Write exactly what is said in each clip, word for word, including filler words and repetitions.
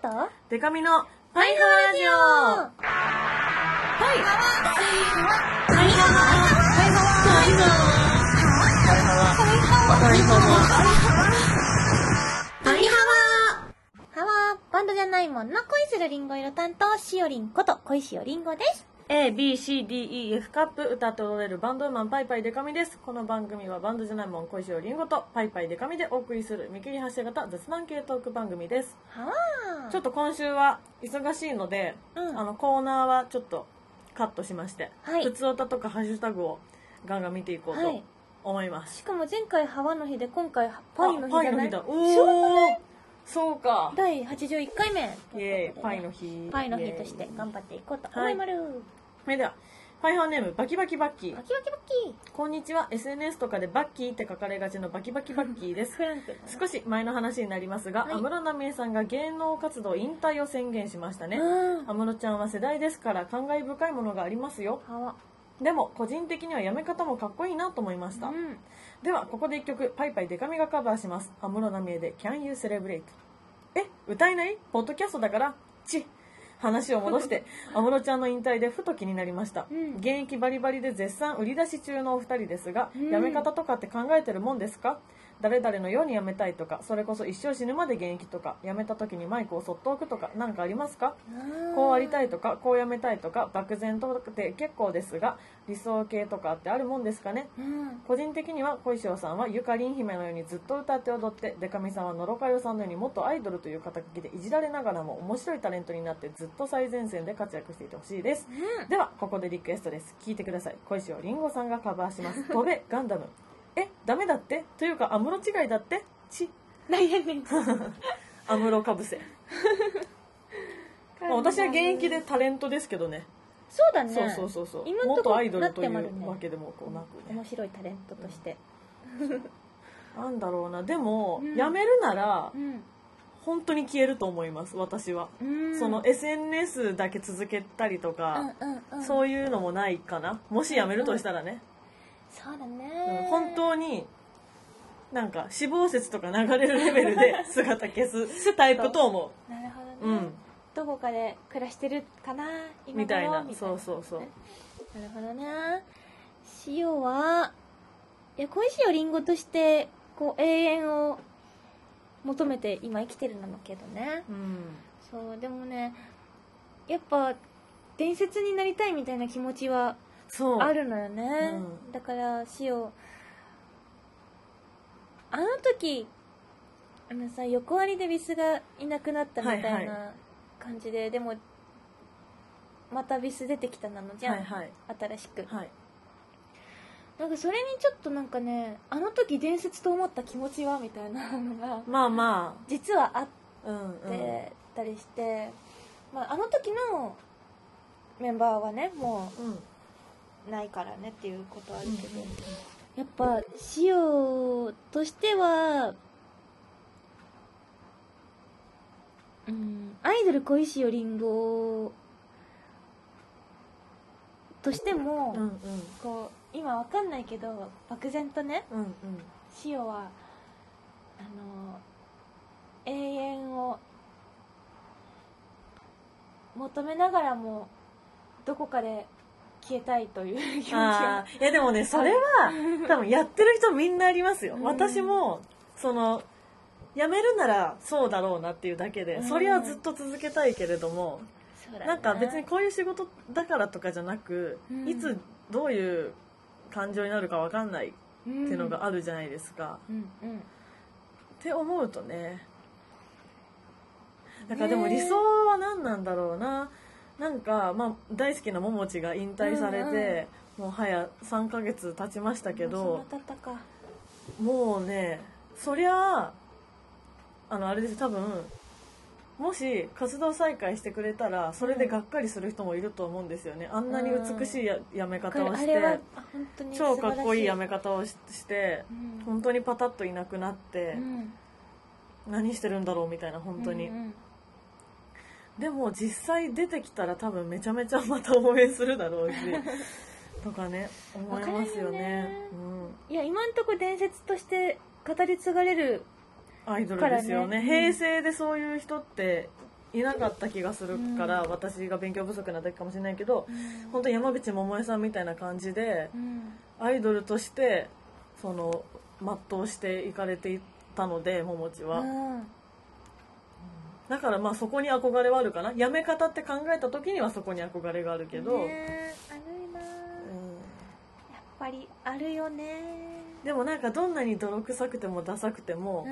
とデカミのパイハワラジオ。パイハワパイハワパイハワパイハワパイハワパイハハワーバンドじゃないもんの恋するリンゴ色担当しおりんこと恋しおりんごです。 ワ エービーシーディーイーエフ カップ歌って踊れるバンドウーマンパイパイデカミです。この番組はバンドじゃないもん恋しおりんごとパイパイデカミでお送りする見切り発車型雑談系トーク番組です。 はーちょっと今週は忙しいので、 うん、 あのコーナーはちょっとカットしまして、 はい、 ふつおたとかハッシュタグをガンガン見ていこうと思います。 はい、しかも前回ハワの日で今回パイの日じゃない？ だ。おお、そうか。 だいはちじゅういっかいめイエーイ、パイの日。 パイの日として頑張っていこうと思います。はい、 それではパイハーネームバキバキバッキー。 バキバキバッキー。 こんにちは。 エスエヌエス とかでバッキーって書かれがちのバキバキバッキーですフランク少し前の話になりますが、安室奈美恵さんが芸能活動引退を宣言しましたね。安室ちゃんは世代ですから感慨深いものがありますよ。でも個人的にはやめ方もかっこいいなと思いました、うん、ではここでいっきょくパイパイデカミがカバーします。安室奈美恵で Can You Celebrate。 え、歌えない？ポッドキャストだからち話を戻して安室ちゃんの引退でふと気になりました、うん、現役バリバリで絶賛売り出し中のお二人ですが、うん、辞め方とかって考えてるもんですか？誰々のように辞めたいとか、それこそ一生死ぬまで現役とか、辞めた時にマイクをそっと置くとか何かありますか？こうありたいとかこう辞めたいとか漠然とで結構ですが、理想系とかってあるもんですかね、うん、個人的には小石尾さんはゆかりん姫のようにずっと歌って踊って、でかみさんは野呂佳代さんのように元アイドルという肩書きでいじられながらも面白いタレントになってずっと最前線で活躍していてほしいです、うん、ではここでリクエストです。聞いてください。小石尾りんごさんがカバーします飛べガンダム。え、ダメだってというか安室違いだってち何やねん安室かぶせ私は現役でタレントですけどね。 そうだね。 そうそうそうそう。 今元アイドルというわけでもこうなくね。 面白いタレントとして。 なんだろうな。でも、うん、辞めるなら、 うん、 本当に消えると思います。私は。その エスエヌエス だけ続けたりとか、 うんうんうん、 そういうのもないかな。もし辞めるとしたらね。 うんうん、そうだね、 うん。本当に。なんか死亡説とか流れるレベルで姿消すタイプと思う。なるほどね。 うん。 どこかで暮らしてるかな今みたいな。そうそうそう。 なるほどね。塩はいや恋しおりんごとしてこう永遠を求めて今生きてるんだけどね。 うん。そうでもねやっぱ伝説になりたいみたいな気持ちはあるのよね。うん、だから塩あの時あのさ横割りでビスがいなくなったみたいな感じで、はいはい、でもまたビス出てきたなのじゃん、はいはい、新しく、はい、なんかそれにちょっとなんかねあの時伝説と思った気持ちはみたいなのがまあまあ実はあってたりして、うんうんまあ、あの時のメンバーはねもうないからねっていうことはあるけど、うんうんうんやっぱ塩としては、うん、アイドル恋しおりんごとしても、 うんうん、 こう今わかんないけど漠然とね、 うんうん、 塩はあの永遠を求めながらもどこかで消えたいという気持ちがいやでもねそれは多分やってる人みんなありますよ、うん、私もそのやめるならそうだろうなっていうだけで、うん、それはずっと続けたいけれども、うん、なんか別にこういう仕事だからとかじゃなく、うん、いつどういう感情になるか分かんないっていうのがあるじゃないですか、 うんうん、 って思うとねだからでも理想は何なんだろうな。なんか、まあ、大好きなももちが引退されて、うんうん、もう早さんかげつ経ちましたけど、 もうそんな経ったか。 もうねそりゃあのあれです多分もし活動再開してくれたらそれでがっかりする人もいると思うんですよね。あんなに美しい や,、うん、やめ方をして超かっこいいやめ方を し, して、うん、本当にパタッといなくなって、うん、何してるんだろうみたいな本当に、うんうんでも実際出てきたら多分めちゃめちゃまた応援するだろうしとかね思いますよ ね, ね、 うん、いや今んとこ伝説として語り継がれるアイドルですよね、うん、平成でそういう人っていなかった気がするから、うん、私が勉強不足なだけかもしれないけど、うん、本当に山口百恵さんみたいな感じで、うん、アイドルとしてその全うしていかれていったのでももちは、うん、だからまあそこに憧れはあるかな。やめ方って考えた時にはそこに憧れがあるけど、 ね、あるな、うん、やっぱりあるよね。 でもなんかどんなに泥臭くてもダサくても、うん、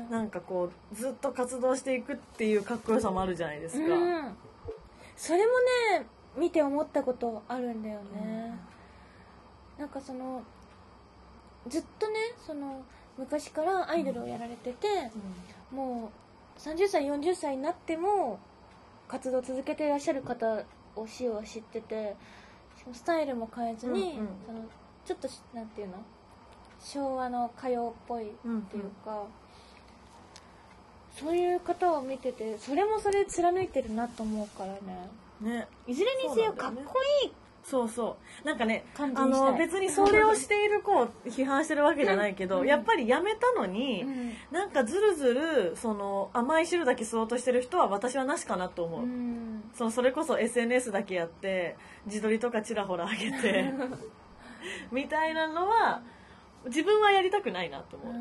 なんかこうずっと活動していくっていうかっこよさもあるじゃないですか、うん、 それもね見て思ったことあるんだよね、うん、なんかそのずっとねその昔からアイドルをやられてて、うん、もうさんじゅっさいよんじゅっさいになっても活動を続けていらっしゃる方をしは知ってて、スタイルも変えずに、うんうん、そのちょっとなんていうの昭和の歌謡っぽいっていうか、うんうん、そういう方を見ててそれもそれ貫いてるなと思うからね。ね、いずれにせよかっこいい。 そうそうなんかねあの別にそれをしている子を批判してるわけじゃないけど、うん、やっぱりやめたのに、うん、なんかずるずるその甘い汁だけ吸おうとしてる人は私はなしかなと思う、うん、そのそれこそ エスエヌエス だけやって自撮りとかちらほら上げてみたいなのは自分はやりたくないなと思う、うん、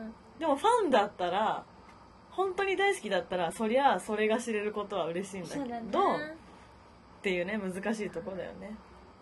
でもファンだったら本当に大好きだったらそりゃそれが知れることは嬉しいんだけど、っていうね難しいとこだよね。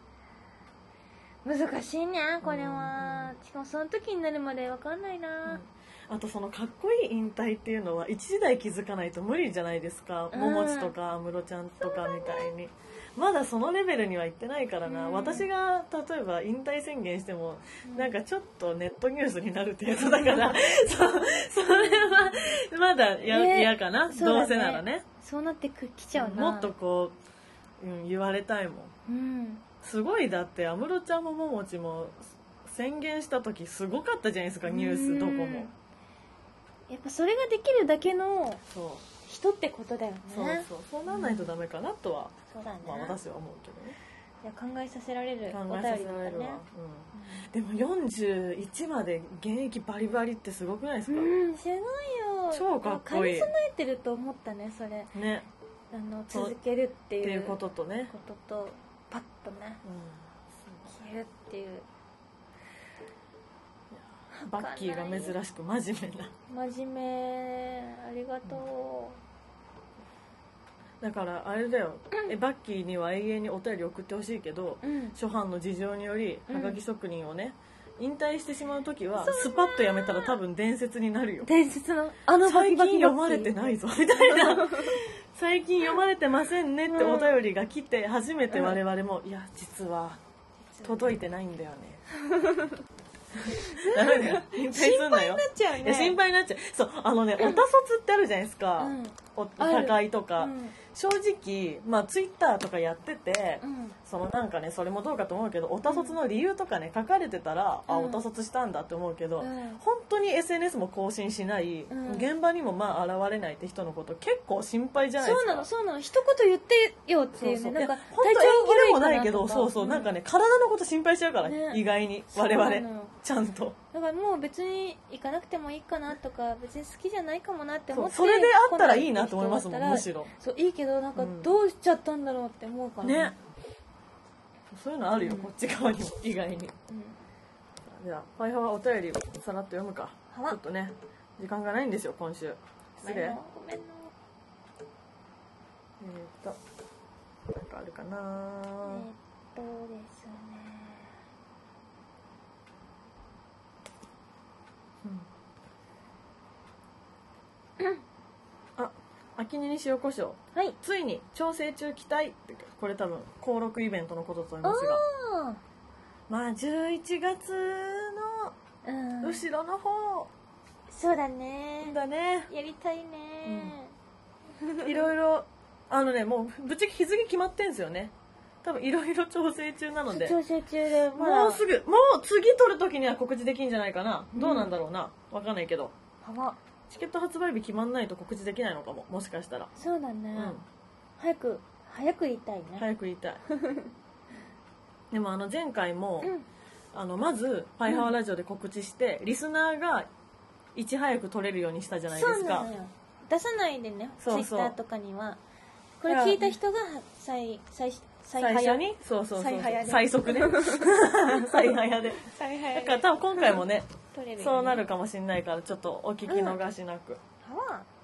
難しいねこれは、うん、しかもその時になるまで分かんないな、 うん、あとそのかっこいい引退っていうのは一時代気づかないと無理じゃないですか、うん、ももちとか安室ちゃんとかみたいにまだそのレベルには行ってないからな、うん、私が例えば引退宣言しても、うん、なんかちょっとネットニュースになる程度だからそ, それはまだ嫌、えー、かな、ね、どうせならねそうなってきちゃうな。 もっとこう、うん、言われたいもん、うん、すごい。だって安室ちゃんもももちも宣言した時すごかったじゃないですか、ニュースどこも。 やっぱそれができるだけの人ってことだよね。 そうそうそうならないとダメかなとは、うん、そうだね、まあ、私は思うけどね。 いや考えさせられるお便りだったね、 うん、でもよんじゅういちまで現役バリバリってすごくないですか。 うんすごいよ。 超かっこいい。 兼ね備えてると思ったねそれね。あの続けるっていう、 っていうこととねこととパッとね、うん、消えるっていう。 バッキーが珍しく真面目な真面目ありがとう、うん、だからあれだよ、うん、えバッキーには永遠にお便り送ってほしいけど、うん、初版の事情によりはがき職人をね、うん、引退してしまう時はスパッとやめたら多分伝説になるよ。 伝説のあのバキバキ最近読まれてないぞみたいな最近読まれてませんねってお便りが来て初めて我々も、うん、いや実は届いてないんだよねダメだよ引退すんなよ。心配になっちゃうね。いや心配になっちゃう。そうあのね、うん、おたそつってあるじゃないですか、うん、お高いとか、うん、正直まあツイッターとかやってて、うん、そのなんかねそれもどうかと思うけどおたそつの理由とかね書かれてたら、うん、あおたそつしたんだって思うけど、うん、本当に エスエヌエス も更新しない、うん、現場にもまあ現れないって人のこと結構心配じゃないですか。 そうなのそうなの一言言ってよっていうね。そうそうなんか本当演技でもないけどそうそう、うん、なんかね体のこと心配しちゃうから、ね、意外に我々ちゃんと。 だからもう別に行かなくてもいいかなとか別に好きじゃないかもなって思ってそ, それであったらいいなと思いますもん。むしろそういいけどなんかどうしちゃったんだろうって思うから、ね、ねそういうのあるよ、うん、こっち側にも意外に、うん、じゃあファイハワお便りをさらっと読むか。ちょっとね時間がないんですよ今週。失礼。ごめんのえー、っとなんかあるかな。えー、っとですねうん、あ、秋に塩コショウ、はい、ついに調整中期待って。これ多分登録イベントのことと思いますが、まあじゅういちがつの後ろの方、うん、 そうだねだねやりたいね、 うん、いろいろあのねもうぶっちゃけ日付決まってんすよね。多分いろいろ調整中なので調整中で、 ま、もうすぐもう次撮る時には告知できんじゃないかな、うん、どうなんだろうなわかんないけどチケット発売日決まんないと告知できないのかももしかしたら。 そうだね、うん、早く早く言いたいね。 早く言いたいでもあの前回も、うん、あのまず「ファイハワラジオ」で告知して、うん、リスナーがいち早く撮れるようにしたじゃないですか。 出さないでね、ツイそうそうッターとかにはこれ聞いた人が最最最最初にそうそうそう最速ね最早で最早だから多分今回もね取れるよねそうなるかもしれないからちょっとお聞き逃しなく、 うん、はわ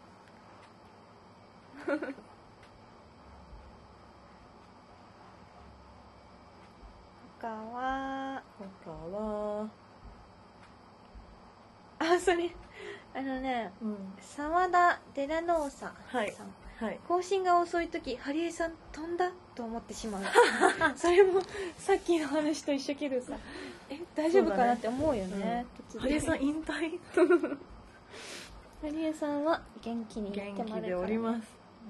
他は他はあ、それあのね、 うん、 沢田デラノーサさん、 はいはい、 更新が遅い時ハリエさん飛んだと思ってしまうそれもさっきの話と一緒けどさえ大丈夫かなって思うよね、 うん、ハリエさん引退ハリエさんは元気に元気でおります、うん、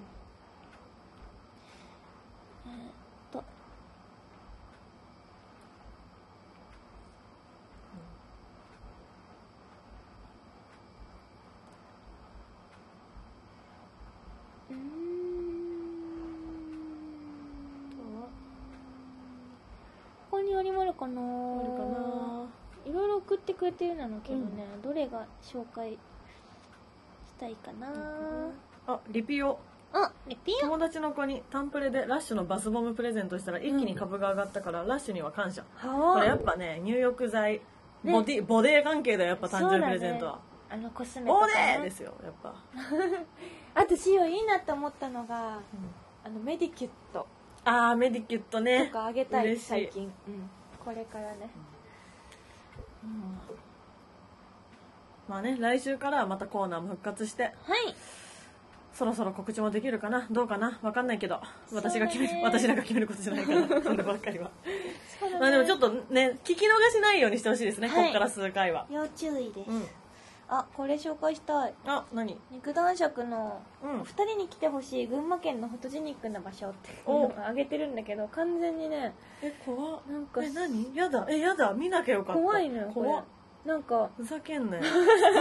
えー、っとうーんここにありまるかなあるかないろいろ送ってくれてるなのけどね、うん、どれが紹介したいかな、 あ、リピオあ、リピオ友達の子にタンプレでラッシュのバスボムプレゼントしたら一気に株が上がったから、うん、ラッシュには感謝、はこれやっぱね入浴剤、ね、ボディボディ関係だよやっぱ誕生日プレゼントは、ね、 あのコスメとか、ね、 ボディですよやっぱ私よいいなって思ったのが、うん、あのメディキュットあーメディキュットねとかあげたい最近、うん、これからね、うん、 まあね来週からはまたコーナーも復活してはいそろそろ告知もできるかなどうかな分かんないけど私が決める、私らが決めることじゃないからそんなばっかりはそうだ、ね、まあでもちょっとね聞き逃しないようにしてほしいですね、はい、ここから数回は要注意です、うん、あこれ紹介したいあ何肉男爵のお二人に来てほしい群馬県のフォトジェニックな場所っていうのが上げてるんだけど完全にねえ怖っなんかえ何やだえやだ見なきゃよかった怖いのよ怖っなんかふざけんなよ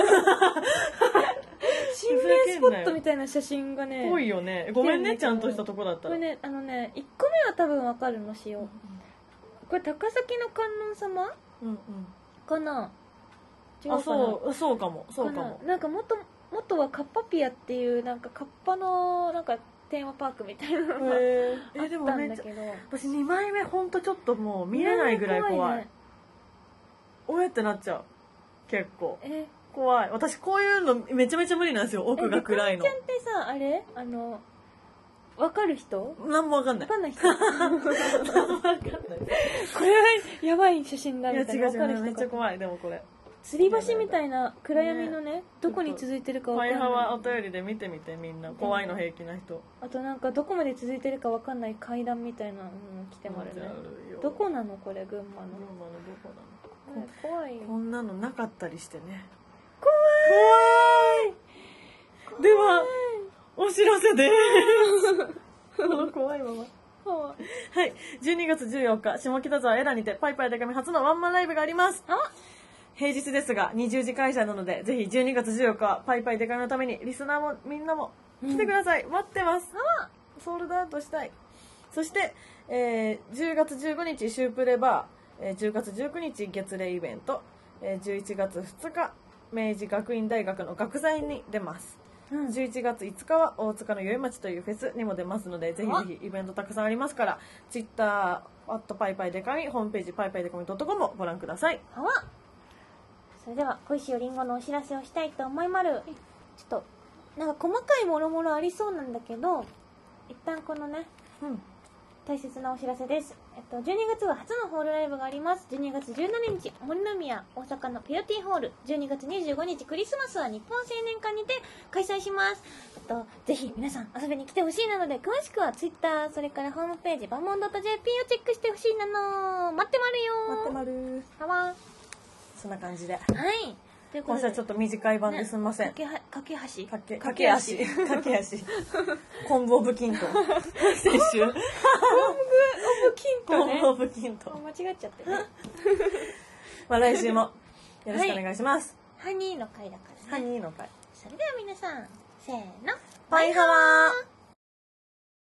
心霊スポットみたいな写真がね多いよねごめんねちゃんとしたとこだったらこれねあのねいっこめは多分わかるのしよう、うん、これ高崎の観音様、うんうん、かな違うかなあそうそうかもそうかもなんか元元はカッパピアっていうなんかカッパのなんかテーマパークみたいなのがあったんだけど私にまいめほんとちょっともう見れないぐらい怖い、怖いね、おえってなっちゃう結構え怖い私こういうのめちゃめちゃ無理なんですよ奥が暗いのえ、ちゃんってさあれあの分かる人何も分かんない分かんない人分かんないこれはやばい写真だみたいな。 いや違う違うめっちゃ怖いでもこれ吊り橋みたいな暗闇のね、ねどこに続いてるか分かんない。 パイハワお便りで見てみてみんな怖いの平気な人。 あとなんかどこまで続いてるか分かんない階段みたいなの来てもあるね。どこなのこれ群馬の。群馬のどこなの、 ね、怖いよ。 こんなのなかったりしてね。 怖い怖いではお知らせでーす怖いままはい、じゅうにがつじゅうよっか下北沢エラにてパイパイデカミ初のワンマンライブがあります。あ平日ですがにじゅうじ開催なのでぜひじゅうにがつじゅうよっかパイパイデカミのためにリスナーもみんなも来てください、うん、待ってます。あソールドアウトしたい。そして、えー、じゅうがつじゅうごにちシュープレバー、えー、じゅうがつじゅうくにち月例イベント、えー、じゅういちがつふつか明治学院大学の学祭に出ます、うん、じゅういちがついつかは大塚の宵町というフェスにも出ますのでぜひぜひイベントたくさんありますからツイッターアットパイパイデカミホームページパイパイデカミ .com をご覧ください。はわそれでは小石よりんごのお知らせをしたいと思いまる。ちょっとなんか細かいもろもろありそうなんだけど一旦このね、うん、大切なお知らせです。えっと、じゅうにがつは初のホールライブがあります。じゅうにがつじゅうしちにち森の宮大阪のピロティホール、じゅうにがつにじゅうごにちクリスマスは日本青年館にて開催します。えっとぜひ皆さん遊びに来てほしいなので詳しくはツイッターそれからホームページバモン .jp をチェックしてほしいなの。待ってまるよ待ってまるはわそんな感じではい今週はちょっと短い版ですみません。 かけはかけ橋かけかけ足かけ足昆布オブキント先週昆布オブキントね昆布オブキント間違っちゃってねまあ来週もよろしくお願いします、 はい、ハニーの回だからね。 ハニーの回。 それでは皆さんせーのパイハワー。